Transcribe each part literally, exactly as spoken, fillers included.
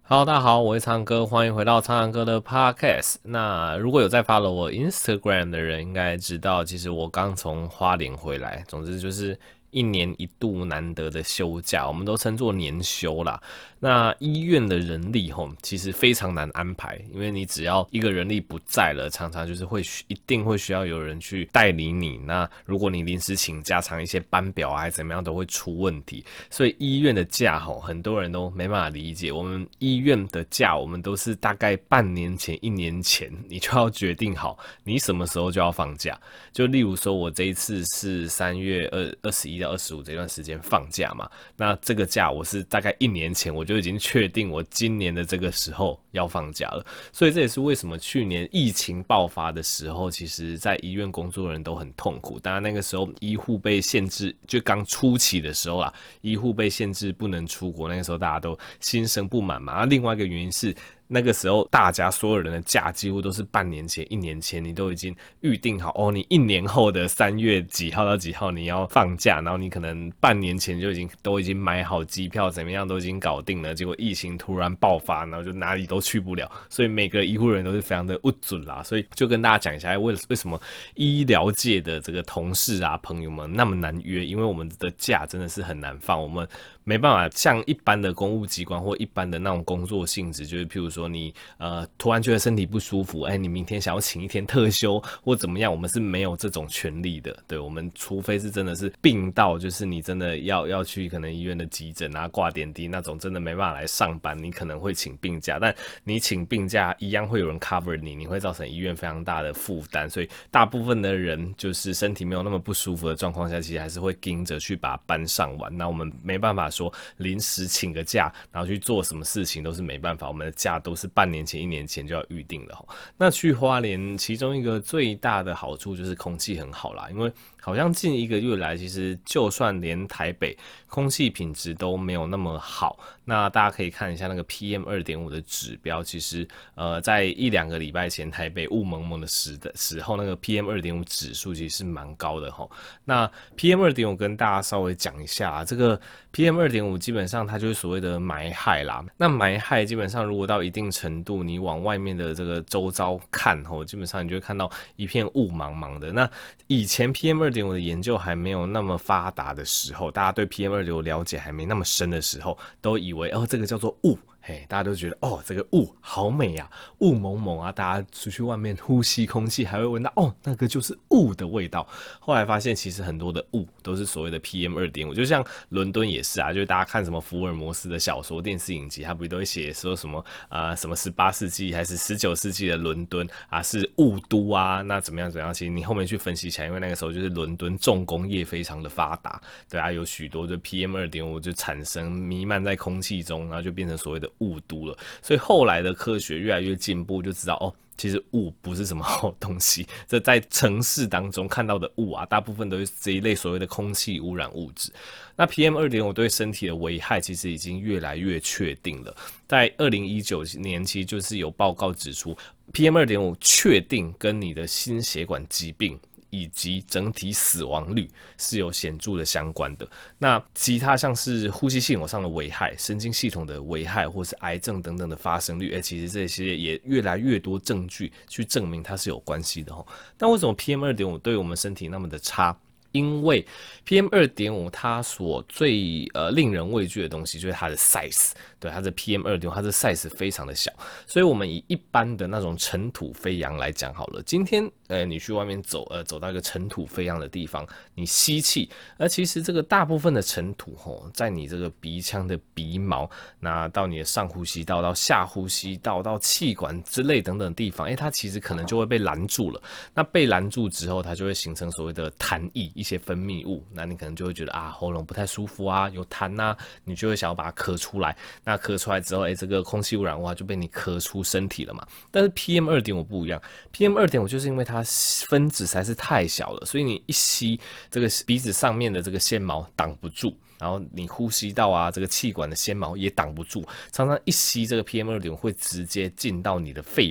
Hello，大家好，我是苍哥，欢迎回到苍狼哥的 Podcast。那如果有在 follow 我 Instagram 的人，应该知道，其实我刚从花莲回来。总之就是一年一度难得的休假，我们都称作年休啦。那医院的人力吼，其实非常难安排，因为你只要一个人力不在了，常常就是会一定会需要有人去代理你。那如果你临时请假，常一些班表啊，还是怎么样都会出问题。所以医院的假吼，很多人都没办法理解。我们医院的假，我们都是大概半年前、一年前，你就要决定好你什么时候就要放假。就例如说，我这一次是三月二二十一到二十五这段时间放假嘛，那这个假我是大概一年前我就已经确定我今年的这个时候要放假了。所以这也是为什么去年疫情爆发的时候，其实在医院工作的人都很痛苦。当然那个时候医护被限制，就刚初期的时候啦，医护被限制不能出国，那个时候大家都心生不满嘛。那另外一个原因是，那个时候大家所有人的假几乎都是半年前、一年前，你都已经预定好哦，你一年后的三月几号到几号你要放假，然后你可能半年前就已经都已经买好机票，怎么样都已经搞定了。结果疫情突然爆发，然后就哪里都去不了，所以每个医护人员都是非常的不准啦。所以就跟大家讲一下，为为什么医疗界的这个同事啊、朋友们那么难约，因为我们的假真的是很难放，我们没办法像一般的公务机关或一般的那种工作性质，就是譬如说你呃突然觉得身体不舒服，哎，你明天想要请一天特休或怎么样，我们是没有这种权利的。对，我们除非是真的是病到，就是你真的要要去可能医院的急诊啊挂点滴那种，真的没办法来上班，你可能会请病假，但你请病假一样会有人 cover 你，你会造成医院非常大的负担。所以大部分的人就是身体没有那么不舒服的状况下，其实还是会盯着去把班上完。那我们没办法说临时请个假，然后去做什么事情都是没办法，我们的假都是半年前、一年前就要预定的。那去花莲，其中一个最大的好处就是空气很好啦，因为好像近一个月来，其实就算连台北空气品质都没有那么好。那大家可以看一下那个 P M 二点五 的指标，其实呃在一两个礼拜前台北雾蒙蒙的时的时候，那个 P M 二点五 指数其实是蛮高的齁。那 P M 二点五 跟大家稍微讲一下啊，这个 P M 二点五 基本上它就是所谓的霾害啦。那霾害基本上如果到一定程度，你往外面的这个周遭看齁，基本上你就会看到一片雾茫茫的。那以前 P M 二点五 的研究还没有那么发达的时候，大家对 P M 二点五 了解还没那么深的时候，都以为哦这个叫做雾。嘿，大家都觉得哦，这个雾好美啊，雾蒙蒙啊，大家出去外面呼吸空气还会闻到哦，那个就是雾的味道。后来发现其实很多的雾都是所谓的 P M 二点五，就像伦敦也是啊，就是大家看什么福尔摩斯的小说、电视影集，他不都会写说什么啊、呃、什么十八世纪还是十九世纪的伦敦啊是雾都啊，那怎么样怎么样？其实你后面去分析起来，因为那个时候就是伦敦重工业非常的发达，对啊，有许多的 P M 二点五 就产生弥漫在空气中，然后就变成所谓的雾都了。所以后来的科学越来越进步，就知道哦。其实雾不是什么好东西，这在城市当中看到的雾啊，大部分都是这一类所谓的空气污染物质。那 P M 二点五 对身体的危害其实已经越来越确定了。在二零一九年，其实就是有报告指出 ，P M 二点五 确定跟你的心血管疾病以及整体死亡率是有显著的相关的。那其他像是呼吸系统上的危害、神经系统的危害，或是癌症等等的发生率，欸、其实这些也越来越多证据去证明它是有关系的。那为什么 P M 二点五 对我们身体那么的差？因为 P M 二点五 它所最呃令人畏惧的东西就是它的 size， 对，它的 P M 二点五 它的 size 非常的小，所以我们以一般的那种尘土飞扬来讲好了，今天呃你去外面走，呃走到一个尘土飞扬的地方，你吸气，而其实这个大部分的尘土吼，在你这个鼻腔的鼻毛，那到你的上呼吸道、到下呼吸道、到气管之类等等地方，哎，它其实可能就会被拦住了。那被拦住之后，它就会形成所谓的痰液。一些分泌物，那你可能就会觉得啊喉咙不太舒服啊，有痰啊，你就会想要把它咳出来。那咳出来之后，哎，这个空气污染物就被你咳出身体了嘛。但是 P M 二点五 不一样 ，P M 二点五 就是因为它分子实在是太小了，所以你一吸，这个鼻子上面的这个纤毛挡不住。然后你呼吸道啊，这个气管的纤毛也挡不住，常常一吸这个 P M 二点五 会直接进到你的肺泡，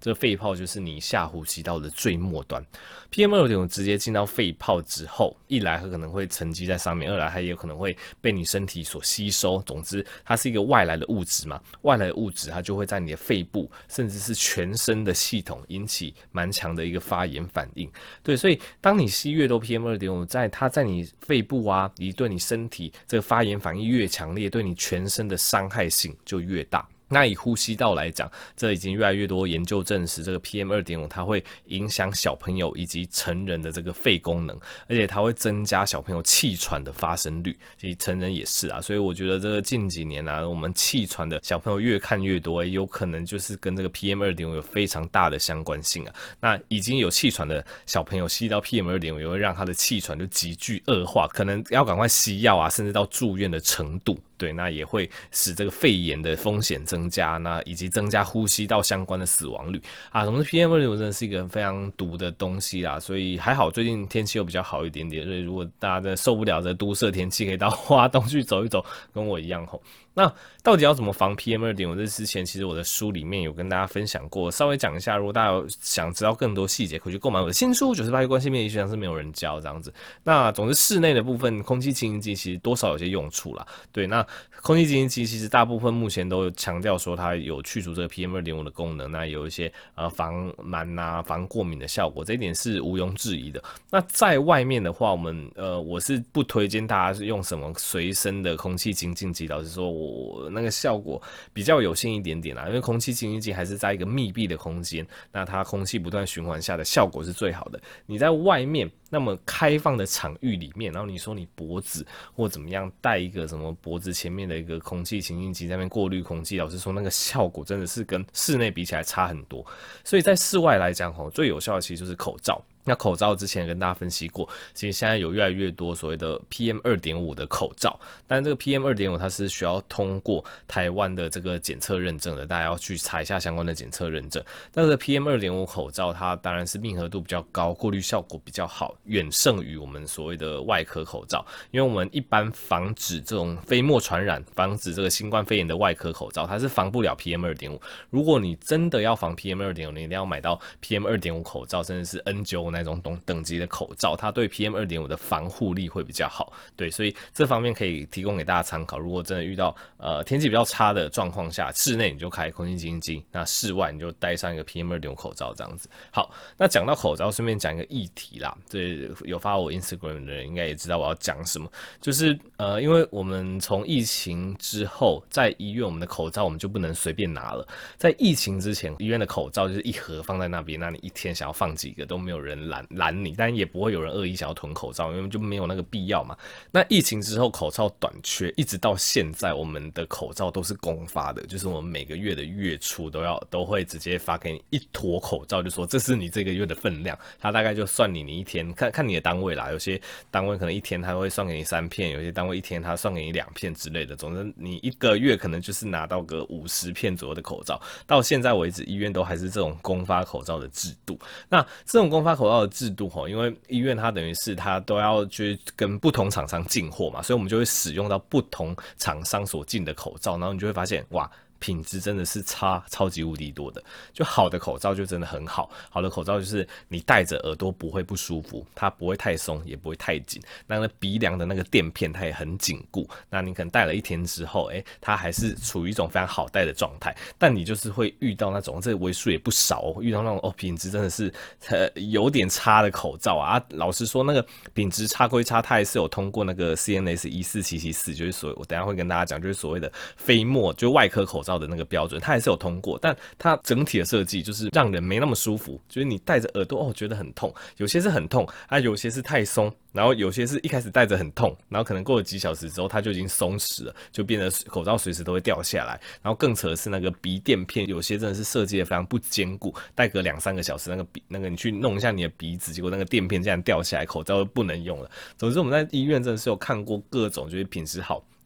这个肺泡就是你下呼吸道的最末端。P M 二点五 直接进到肺泡之后，一来它可能会沉积在上面，二来它也有可能会被你身体所吸收。总之，它是一个外来的物质嘛，外来的物质它就会在你的肺部，甚至是全身的系统引起蛮强的一个发炎反应。对，所以当你吸越多 P M 二点五，在它在你肺部啊，以对你身体这个发炎反应越强烈，对你全身的伤害性就越大。那以呼吸道来讲，这已经越来越多研究证实，这个 P M 二点五 它会影响小朋友以及成人的这个肺功能，而且它会增加小朋友气喘的发生率，其实成人也是啊。所以我觉得这个近几年啊，我们气喘的小朋友越看越多，有可能就是跟这个 P M 二点五 有非常大的相关性啊。那已经有气喘的小朋友吸到 P M 二点五，也会让他的气喘就急剧恶化，可能要赶快吸药啊，甚至到住院的程度。对，那也会使这个肺炎的风险增加，那以及增加呼吸道相关的死亡率啊。总之 P M 二点五 真的是一个非常毒的东西啦，所以还好最近天气又比较好一点点，所以如果大家真的受不了这都市天气，可以到花东去走一走，跟我一样吼。那到底要怎么防 P M 二点五？ 这之前其实我的书里面有跟大家分享过，稍微讲一下。如果大家有想知道更多细节，可以去购买我的新书《九十八个关系面医学》，像是没有人教这样子。那总之室内的部分，空气清新机其实多少有些用处啦。对，那空气清新机其实大部分目前都强调说它有去除这个 P M 二点五 的功能，那有一些呃防螨啊、防过敏的效果，这一点是毋庸置疑的。那在外面的话，我们呃我是不推荐大家是用什么随身的空气清净机，老实说我那个效果比较有限一点点啦，因为空气清新机还是在一个密闭的空间，那它空气不断循环下的效果是最好的。你在外面那么开放的场域里面，然后你说你脖子或怎么样带一个什么脖子前面的一个空气清新机在那边过滤空气，老实说那个效果真的是跟室内比起来差很多。所以在室外来讲吼，最有效的其实就是口罩。那口罩之前跟大家分析过，其实现在有越来越多所谓的 P M 二点五 的口罩，但这个 P M 二点五 它是需要通过台湾的这个检测认证的，大家要去查一下相关的检测认证。但是 P M 二点五 口罩它当然是密合度比较高，过滤效果比较好，远胜于我们所谓的外科口罩。因为我们一般防止这种飞沫传染、防止这个新冠肺炎的外科口罩，它是防不了 P M 二点五。如果你真的要防 P M 二点五，你一定要买到 P M 二点五 口罩，甚至是 N 九十五 那种等级的口罩，它对 P M 二点五 的防护力会比较好。对，所以这方面可以提供给大家参考。如果真的遇到呃天气比较差的状况下，室内你就开空气清新机，那室外你就戴上一个 P M 二点五 口罩这样子。好，那讲到口罩，顺便讲一个议题啦。这有发我 Instagram 的人应该也知道我要讲什么，就是呃，因为我们从疫情之后，在医院我们的口罩我们就不能随便拿了。在疫情之前，医院的口罩就是一盒放在那边，那你一天想要放几个都没有人拦拦你，但也不会有人恶意想要囤口罩，因为就没有那个必要嘛。那疫情之后口罩短缺，一直到现在，我们的口罩都是公发的，就是我们每个月的月初都要都会直接发给你一坨口罩，就说这是你这个月的分量，他大概就算你你一天看看你的单位啦，有些单位可能一天他会算给你三片，有些单位一天他算给你两片之类的，总之你一个月可能就是拿到个五十片左右的口罩。到现在为止，医院都还是这种公发口罩的制度。那这种公发口罩的制度吼，因为医院它等于是它都要去跟不同厂商进货嘛，所以我们就会使用到不同厂商所进的口罩，然后你就会发现哇，品质真的是差超级无敌多的。就好的口罩就真的很好，好的口罩就是你戴着耳朵不会不舒服，它不会太松也不会太紧，那个鼻梁的那个垫片它也很紧固，那你可能戴了一天之后，哎、欸，它还是处于一种非常好戴的状态。但你就是会遇到那种，这为数也不少、哦，遇到那种哦品质真的是呃有点差的口罩啊。啊老实说，那个品质差归差，它还是有通过那个 C N S 一四七七四，就是所谓我等一下会跟大家讲，就是所谓的飞沫，就外科口罩的那个标准，它还是有通过，但它整体的设计就是让人没那么舒服，就是你戴着耳朵哦觉得很痛，有些是很痛啊，有些是太松，然后有些是一开始戴着很痛，然后可能过了几小时之后它就已经松弛了，就变得口罩随时都会掉下来。然后更扯的是那个鼻垫片，有些真的是设计的非常不坚固，戴个两三个小时，那个鼻那个你去弄一下你的鼻子，结果那个垫片竟然掉下来，口罩就不能用了。总之我们在医院真的是有看过各种就是品质好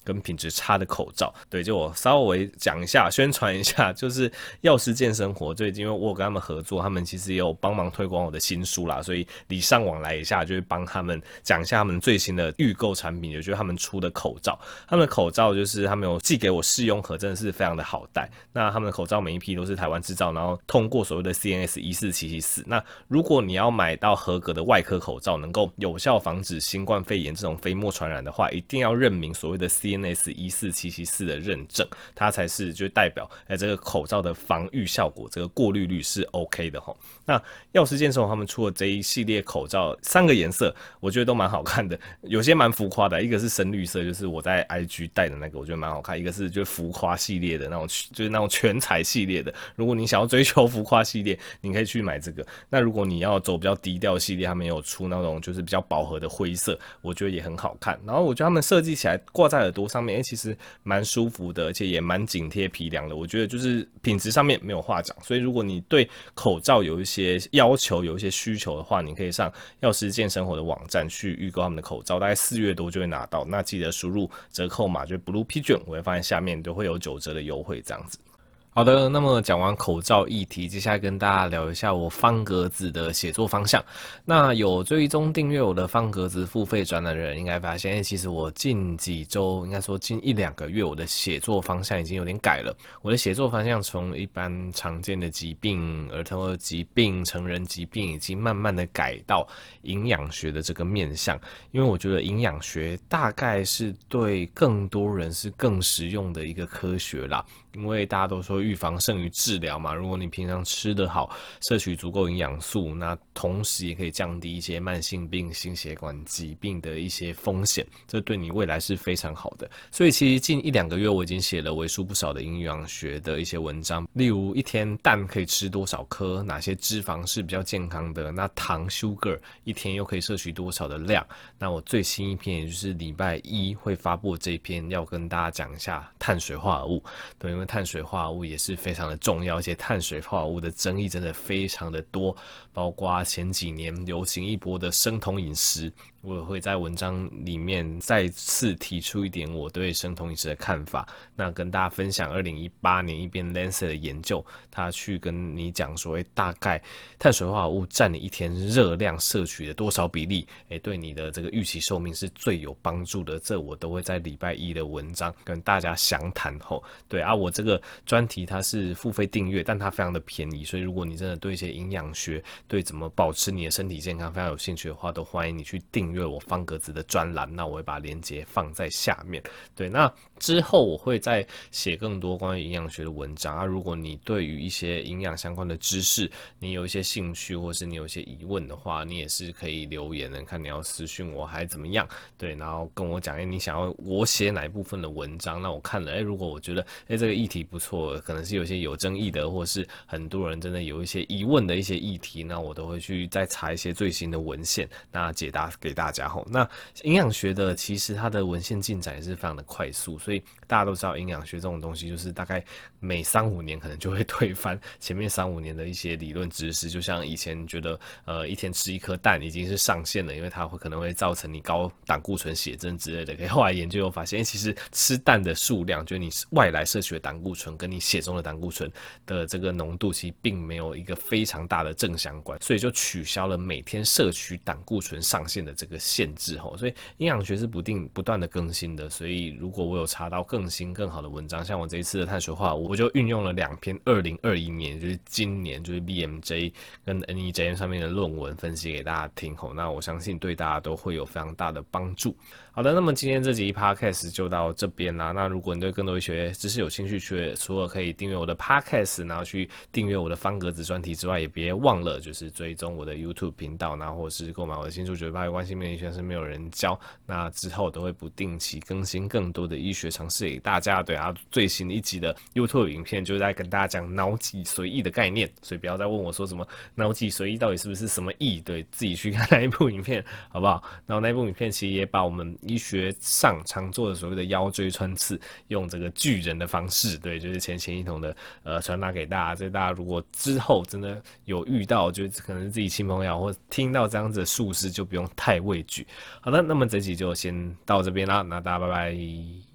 跟品质差的口罩。对，就我稍微讲一下，宣传一下，就是药师健生活最近因为我有跟他们合作，他们其实也有帮忙推广我的新书啦，所以礼尚往来一下，就会帮他们讲一下他们最新的预购产品，也就是他们出的口罩。他们的口罩就是他们有寄给我试用盒，真的是非常的好戴。那他们的口罩每一批都是台湾制造，然后通过所谓的 C N S 一四七七四。那如果你要买到合格的外科口罩，能够有效防止新冠肺炎这种飞沫传染的话，一定要认明所谓的 C N S 一四七七四的认证，它才是就代表哎这个口罩的防御效果，这个过滤率是 OK 的齁。那药师健生活他们出的这一系列口罩，三个颜色我觉得都蛮好看的，有些蛮浮夸的，一个是深绿色，就是我在 I G 戴的那个，我觉得蛮好看；一个是就是浮夸系列的那种，就是那种全彩系列的。如果你想要追求浮夸系列，你可以去买这个。那如果你要走比较低调系列，他们有出那种就是比较饱和的灰色，我觉得也很好看。然后我觉得他们设计起来挂在耳朵上面，哎、欸，其实蛮舒服的，而且也蛮紧贴皮梁的。我觉得就是品质上面没有话讲。所以如果你对口罩有一些要求、有一些需求的话，你可以上药师健生活的网站去预购他们的口罩，大概四月多就会拿到。那记得输入折扣码，就是 Blue Pigeon， 我会放在下面，都会有九折的优惠这样子。好的，那么讲完口罩议题，接下来跟大家聊一下我方格子的写作方向。那有追踪订阅我的方格子付费专栏的人，应该发现，欸，其实我近几周，应该说近一两个月，我的写作方向已经有点改了。我的写作方向从一般常见的疾病、儿童的疾病、成人疾病，已经慢慢的改到营养学的这个面向。因为我觉得营养学大概是对更多人是更实用的一个科学啦。因为大家都说预防胜于治疗嘛，如果你平常吃得好，摄取足够营养素，那同时也可以降低一些慢性病、心血管疾病的一些风险，这对你未来是非常好的。所以其实近一两个月我已经写了为数不少的营养学的一些文章，例如一天蛋可以吃多少颗，哪些脂肪是比较健康的，那糖 sugar 一天又可以摄取多少的量。那我最新一篇也就是礼拜一会发布这一篇，要跟大家讲一下碳水化合物。对，因为碳水化合物也是非常的重要，而且碳水化合物的争议真的非常的多，包括前几年流行一波的生酮饮食，我也会在文章里面再次提出一点我对生酮饮食的看法，那跟大家分享二零一八年一篇 Lancet 的研究，他去跟你讲说，欸，大概碳水化合物占你一天热量摄取的多少比例，欸，对你的这个预期寿命是最有帮助的，这我都会在礼拜一的文章跟大家详谈后。对啊，我这个专题它是付费订阅，但它非常的便宜，所以如果你真的对一些营养学、对怎么保持你的身体健康非常有兴趣的话，都欢迎你去订阅我方格子的专栏，那我会把链接放在下面。对，那之后我会再写更多关于营养学的文章啊。如果你对于一些营养相关的知识，你有一些兴趣，或是你有一些疑问的话，你也是可以留言的，看你要私讯我还怎么样。对，然后跟我讲，哎，你想要我写哪一部分的文章，那我看了，哎，如果我觉得，哎，这个议题不错，可能是有些有争议的，或是很多人真的有一些疑问的一些议题，那我都会去再查一些最新的文献，那解答给大家吼。那营养学的其实它的文献进展也是非常的快速，所以大家都知道营养学这种东西就是大概每三五年可能就会推翻前面三五年的一些理论知识，就像以前觉得呃一天吃一颗蛋已经是上限了，因为它会可能会造成你高胆固醇血症之类的，可以后来研究又发现，其实吃蛋的数量，就是你外来摄取的胆固醇跟你血中的胆固醇的这个浓度，其实并没有一个非常大的正相关，所以就取消了每天摄取胆固醇上限的这个限制吼。所以营养学是不定不断的更新的，所以如果我有查到更新更好的文章，像我这一次的碳水化合物，我就运用了两篇二零二一年，就是今年就是 B M J 跟 N E J M 上面的论文分析给大家听吼。那我相信对大家都会有非常大的帮助。好的，那么今天这集 Podcast 就到这边啦。那如果你对更多一些知识有兴趣，除了可以订阅我的 Podcast， 然后去订阅我的方格子专题之外，也别忘了就是追踪我的 YouTube 频道，然后或是购买我的新书《九十八关系面理学是没有人教》。那之后都会不定期更新更多的医学常识给大家。对啊，最新一集的 YouTube 影片就是在跟大家讲脑脊髓液的概念，所以不要再问我说什么脑脊髓液到底是不是什么液，对，自己去看那一部影片好不好？然后那一部影片其实也把我们医学上常做的所谓的腰椎穿刺，用这个巨人的方式，对，就是前前一同的呃传达给大家。所以大家如果之后真的有遇到，就可能是自己亲朋友或听到这样子的术式，就不用太畏惧。好的，那么这集就先到这边啦，那大家拜拜。